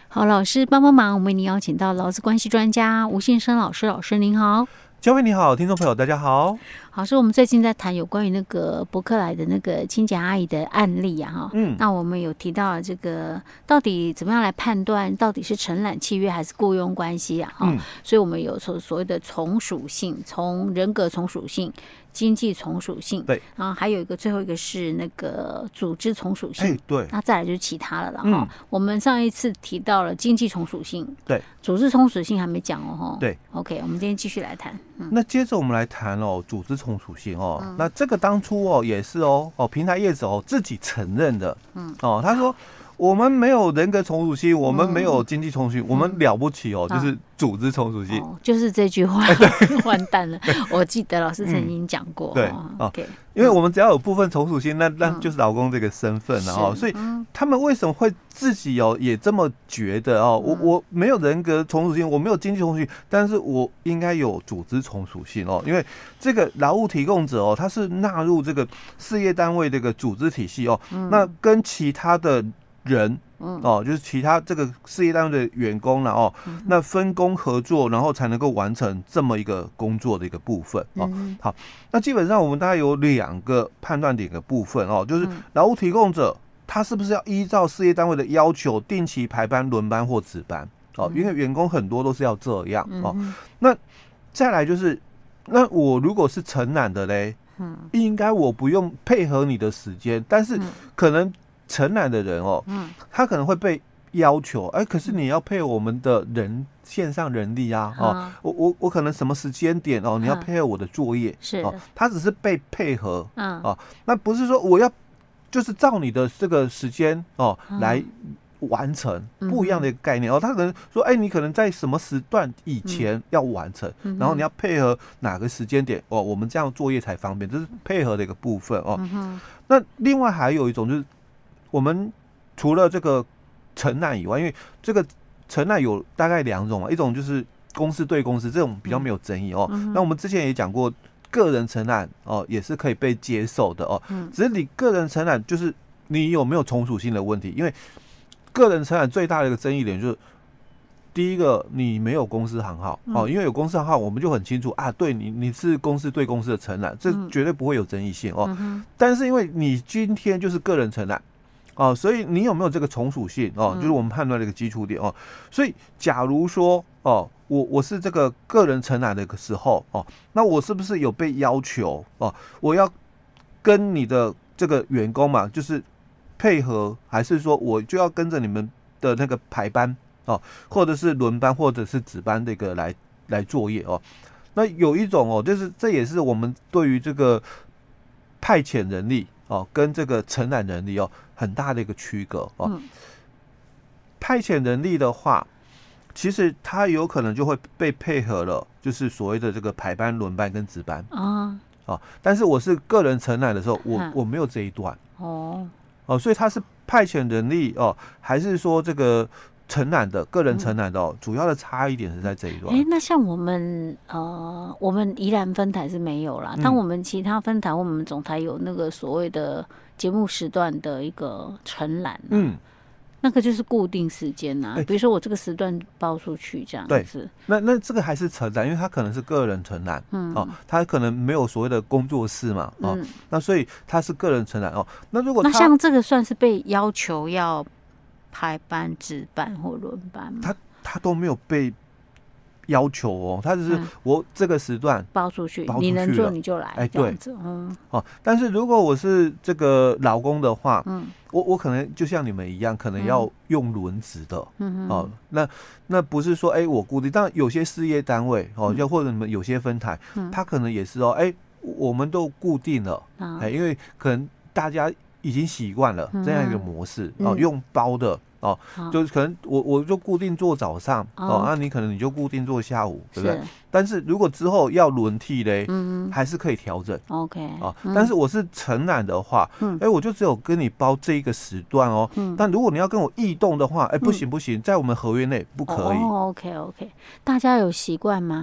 好，老师帮帮忙，我们为您邀请到劳资关系专家吴信生老师，老师您好。 嘉惠你好，听众朋友大家好。 好，是我们最近在谈有关于那个伯克莱的那个清洁阿姨的案例啊，那我们有提到这个到底怎么样来判断到底是承揽契约还是雇佣关系啊，所以我们有所谓的从属性，从人格从属性、经济从属性， 对， 然后还有最后一个是那个组织从属性， 对， 那再来就是其他的了我们上一次提到了经济从属性， 对， 组织从属性还没讲哦， 对 ，OK， 我们今天继续来谈。 那接着我们来谈组织从属性那这个当初也是平台业者自己承认的，他说我们没有人格从属性，我们没有经济从属性，我们了不起就是组织从属性， 就是这句话，完蛋了。我记得老师曾经讲过， 对因为我们只要有部分从属性，那就是劳工这个身份了所以他们为什么会自己也这么觉得我没有人格从属性，我没有经济从属性，但是我应该有组织从属性因为这个劳务提供者它是纳入这个事业单位这个组织体系那跟其他的人就是其他这个事业单位的员工了那分工合作，然后才能够完成这么一个工作的一个部分好，那基本上我们大概有2个判断点的部分就是劳务提供者他是不是要依照事业单位的要求定期排班、轮班或值班因为员工很多都是要这样那再来就是那我如果是承揽的嘞应该我不用配合你的时间，但是可能承揽的人他可能会被要求可是你要配合我们的线上人力我可能什么时间点你要配合我的作业是他只是被配合那不是说我要就是照你的这个时间来完成不一样的一个概念他可能说你可能在什么时段以前要完成然后你要配合哪个时间点我们这样作业才方便，这是配合的一个部分那另外还有一种就是我们除了这个承揽以外，因为这个承揽有大概2种一种就是公司对公司，这种比较没有争议那我们之前也讲过，个人承揽也是可以被接受的只是你个人承揽就是你有没有从属性的问题，因为个人承揽最大的一个争议点就是第一个你没有公司行号因为有公司行号我们就很清楚对你是公司对公司的承揽，这绝对不会有争议性但是因为你今天就是个人承揽所以你有没有这个从属性就是我们判断的一个基础点所以假如说我是这个个人承揽的时候那我是不是有被要求我要跟你的这个员工嘛就是配合，还是说我就要跟着你们的那个排班或者是轮班或者是值班的一个来作业那有一种就是这也是我们对于这个派遣人力跟这个承揽人力很大的一个区隔派遣人力的话，其实他有可能就会被配合了，就是所谓的这个排班、轮班跟值班但是我是个人承揽的时候，我没有这一段所以他是派遣人力还是说这个承揽的个人承揽的主要的差异点是在这一段。 那像我们宜兰分台是没有啦，但我们其他分台，我们总台有那个所谓的节目时段的一个承揽那个就是固定时间比如说我这个时段包出去这样子。 对，那这个还是承揽，因为他可能是个人承揽他可能没有所谓的工作室嘛那所以他是个人承揽那如果那像这个算是被要求要排班、值班或轮班吗？ 他都没有被要求他只是我这个时段包出去你能做你就来这样子但是如果我是这个劳工的话我可能就像你们一样，可能要用轮值的那不是说我固定，当然有些事业单位又或者你们有些分台他可能也是我们都固定了因为可能大家已经习惯了这样一个模式用包的就是可能我就固定做早上那你可能你就固定做下午，对不对？但是如果之后要轮替嘞还是可以调整 OK 但是我是承揽的话我就只有跟你包这一个时段但如果你要跟我异动的话不行不行，在我们合约内不可以 OK 大家有习惯吗？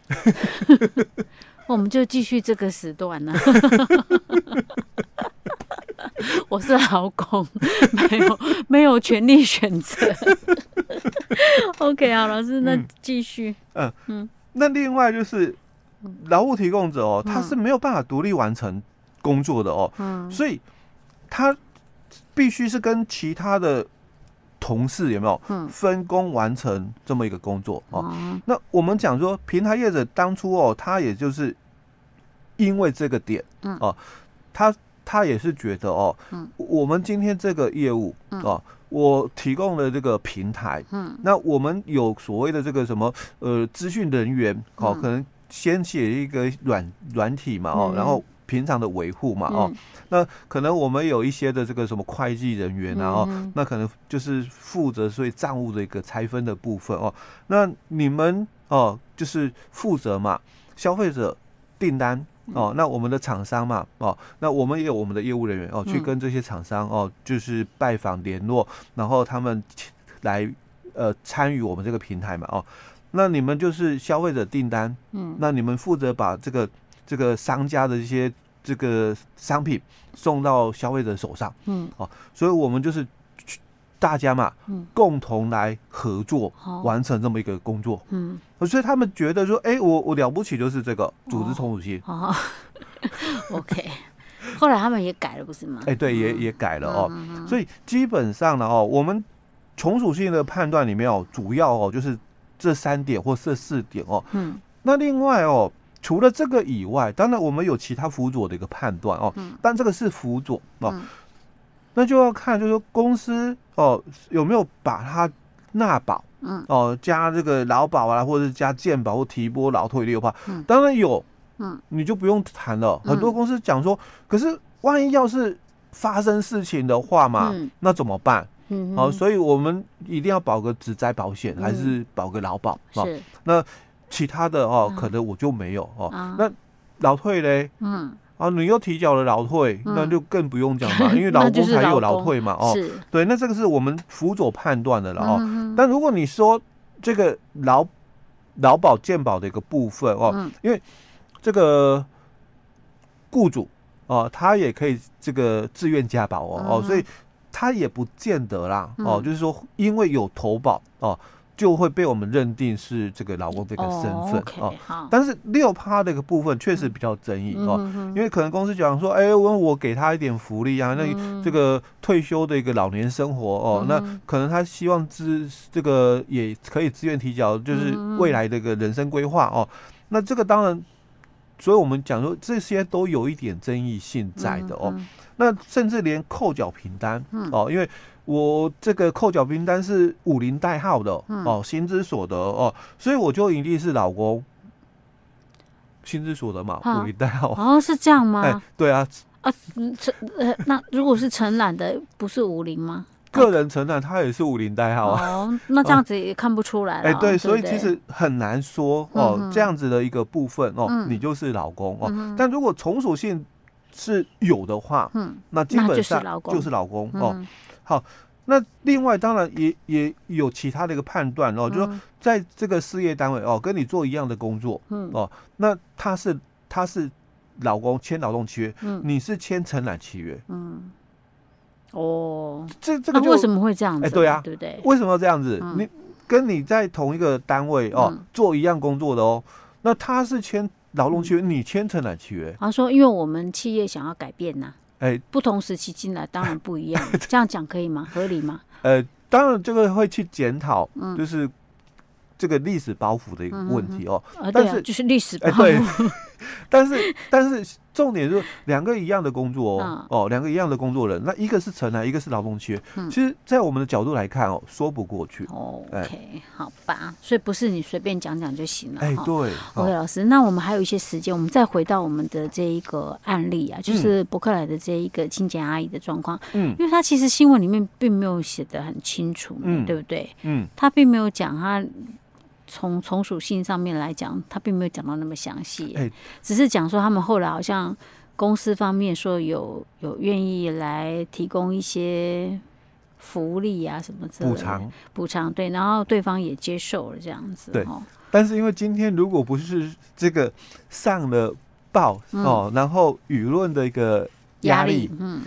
我们就继续这个时段我是劳工，没有权利选择。 OK， 好，老师，那继续。 那另外就是劳务提供者哦，他是没有办法独立完成工作的哦，所以他必须是跟其他的同事有没有分工完成这么一个工作哦。那我们讲说，平台业者当初哦，他也就是因为这个点哦，他也是觉得哦，我们今天这个业务哦，我提供了这个平台，那我们有所谓的这个什么资讯人员哦，可能先写一个软体嘛哦，然后平常的维护嘛哦，那可能我们有一些的这个什么会计人员啊哦，那可能就是负责所以账务的一个拆分的部分哦，那你们哦就是负责嘛，消费者订单。哦，那我们的厂商嘛，哦，那我们也有我们的业务人员哦，去跟这些厂商哦，就是拜访联络，然后他们来参与我们这个平台嘛，哦，那你们就是消费者订单，那你们负责把这个商家的一些这个商品送到消费者手上，哦，所以我们就是大家嘛，共同来合作完成这么一个工作，所以他们觉得说，我了不起就是这个组织从属性。 OK， 后来他们也改了，不是吗？ 对，也改了哦。所以基本上呢，哦，我们从属性的判断里面哦，主要哦就是这3点或这4点哦。那另外哦，除了这个以外，当然我们有其他辅佐的一个判断哦，但这个是辅佐哦。那就要看，就是说公司哦有没有把它纳保，哦加这个劳保啊，或者是加健保或提拨劳退6%，当然有，你就不用谈了。很多公司讲说，可是万一要是发生事情的话嘛，那怎么办？所以我们一定要保个职灾保险，还是保个劳保哦。那其他的哦，可能我就没有哦。那劳退嘞，你又提缴了劳退，那就更不用讲嘛，因为劳工才有劳退嘛，哦，对，那这个是我们辅佐判断的了哦。但如果你说这个劳保健保的一个部分哦，因为这个雇主哦，他也可以这个自愿加保哦，所以他也不见得啦哦，就是说因为有投保哦。就会被我们认定是这个劳工这个身份哦。但是6%的一个部分确实比较争议哦，因为可能公司讲说，我给他一点福利啊，那这个退休的一个老年生活哦，那可能他希望这个也可以自愿提缴，就是未来的一个人生规划哦。那这个当然，所以我们讲说这些都有一点争议性在的哦。那甚至连扣缴凭单哦，因为我这个扣缴凭单是50代号的哦，薪资所得哦，所以我就一定是老公薪资所得嘛，50代号。 哦，是这样吗？ 对啊。 那如果是承揽的，不是50吗？ 个人承揽他也是50代号啊。 哦，那这样子也看不出来了。 对，所以其实很难说哦，这样子的一个部分哦，你就是老公哦。但如果从属性是有的话，那基本上就是老公哦。好，那另外当然也有其他的一个判断哦，就是说在这个事业单位哦，跟你做一样的工作，哦，那他是老公签劳动契约，你是签承揽契约，这个就为什么会这样子？ 对啊， 对不对？ 为什么这样子？你跟你在同一个单位哦，做一样工作的哦，那他是签劳动契约，你签承揽契约。 他说，因为我们企业想要改变呐。不同时期进来当然不一样，这样讲可以吗？合理吗？ 当然这个会去检讨，就是这个历史包袱的一个问题哦。 但是就是历史包袱。 但是重点是2个一样的工作哦，2个一样的工作人，那一个是承揽，一个是劳动契约。其实，在我们的角度来看哦，说不过去。 OK， 好吧，所以不是你随便讲讲就行了。 对。 OK， 老师，那我们还有一些时间，我们再回到我们的这一个案例啊，就是伯克莱的这一个清洁阿姨的状况。因为他其实新闻里面并没有写得很清楚，对不对？他并没有讲他。从从属性上面来讲，他并没有讲到那么详细，只是讲说他们后来好像公司方面说有愿意来提供一些福利啊什么之类的补偿，对，然后对方也接受了这样子， 对。但是因为今天如果不是这个上了报哦，然后舆论的一个压力，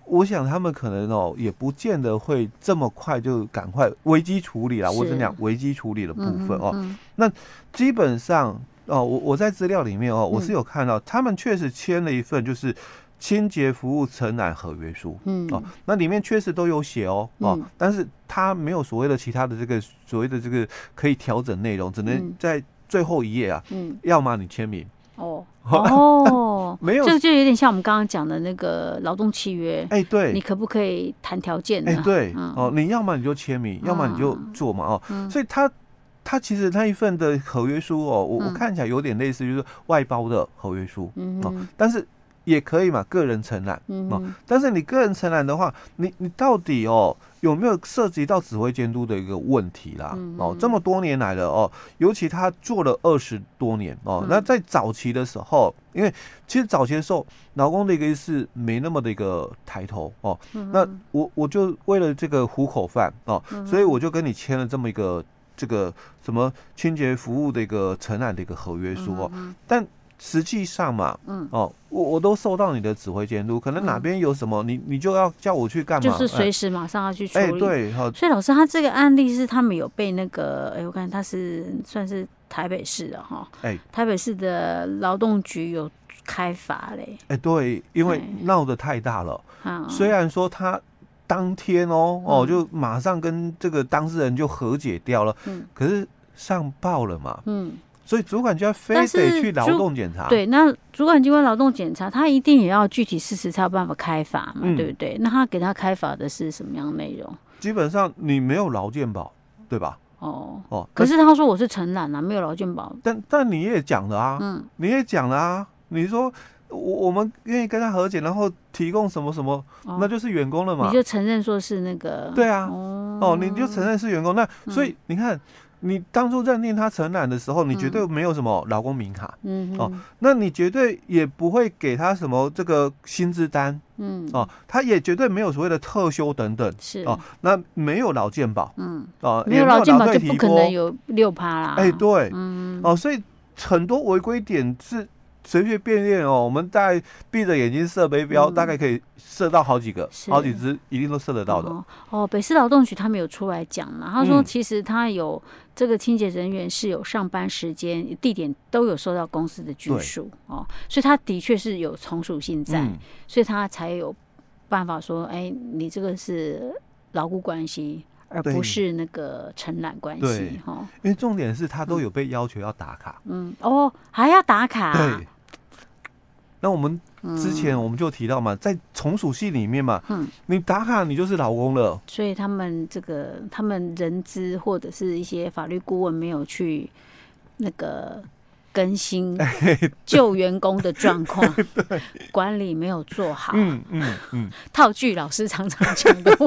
我想他们可能也不见得会这么快就赶快危机处理啦。我只讲危机处理的部分那基本上我在资料里面我是有看到他们确实签了一份就是清洁服务承揽合约书，那里面确实都有写但是它没有所谓的其他的这个所谓的这个可以调整内容，只能在最后一页要么你签名。 没有，这就有点像我们刚刚讲的那个劳动契约。 对， 你可不可以谈条件呢？ 对，你要么你就签名，要么你就做嘛，所以他其实那一份的合约书我看起来有点类似就是外包的合约书，但是也可以嘛，个人承揽，但是你个人承揽的话，你到底有没有涉及到指挥监督的一个问题啦？这么多年来了尤其他做了20多年那在早期的时候，因为其实早期的时候，劳工的一个是没那么的一个抬头那我就为了这个糊口饭所以我就跟你签了这么一个这个什么清洁服务的一个承揽的一个合约书但实际上嘛，我都受到你的指挥监督，可能哪边有什么，你就要叫我去干嘛， 就是随时马上要去处理。 对， 所以老师，他这个案例是他们有被那个，我看他是算是台北市的台北市的劳动局有开罚嘞。 对，因为闹得太大了，虽然说他当天就马上跟这个当事人就和解掉了，可是上报了嘛，所以主管就要非得去劳动检查。 对，那主管机关劳动检查，他一定也要具体事实才有办法开罚嘛，对不对？那他给他开罚的是什么样的内容？ 基本上你没有劳健保，对吧？ 可是他说我是承揽没有劳健保。 但你也讲了啊，你也讲了啊，你说我们愿意跟他和解，然后提供什么什么，那就是员工了嘛。 你就承认说是那个。 对啊，你就承认是员工，那所以你看。你当初认定他承揽的时候，你绝对没有什么劳工名卡，那你绝对也不会给他什么这个薪资单，他也绝对没有所谓的特休等等， 是那没有劳健保， 没有劳健保就不可能有6%啦， 对，所以很多违规点是随随便便我们大概闭着眼睛射飞镖，大概可以射到好几只，一定都射得到的。 北市劳动局他们有出来讲嘛，他说其实他有这个清洁人员是有上班时间、地点都有受到公司的拘束所以他的确是有从属性在，所以他才有办法说，你这个是劳雇关系。而不是那个承揽关系因为重点是他都有被要求要打卡， 还要打卡， 对。那我们之前我们就提到嘛，在从属系里面嘛，你打卡你就是劳工了， 所以他们人资或者是一些法律顾问没有去那个更新旧员工的状况，管理没有做好，套句老师常常讲的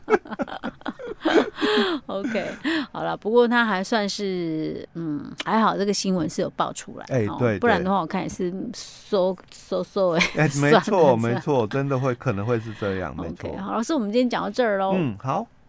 OK， 好了，不过他还算是还好，这个新闻是有爆出来， 对， 不然的话我看也是收没错，真的可能会是这样，没错。 好，老师，我们今天讲到这儿喽。 好。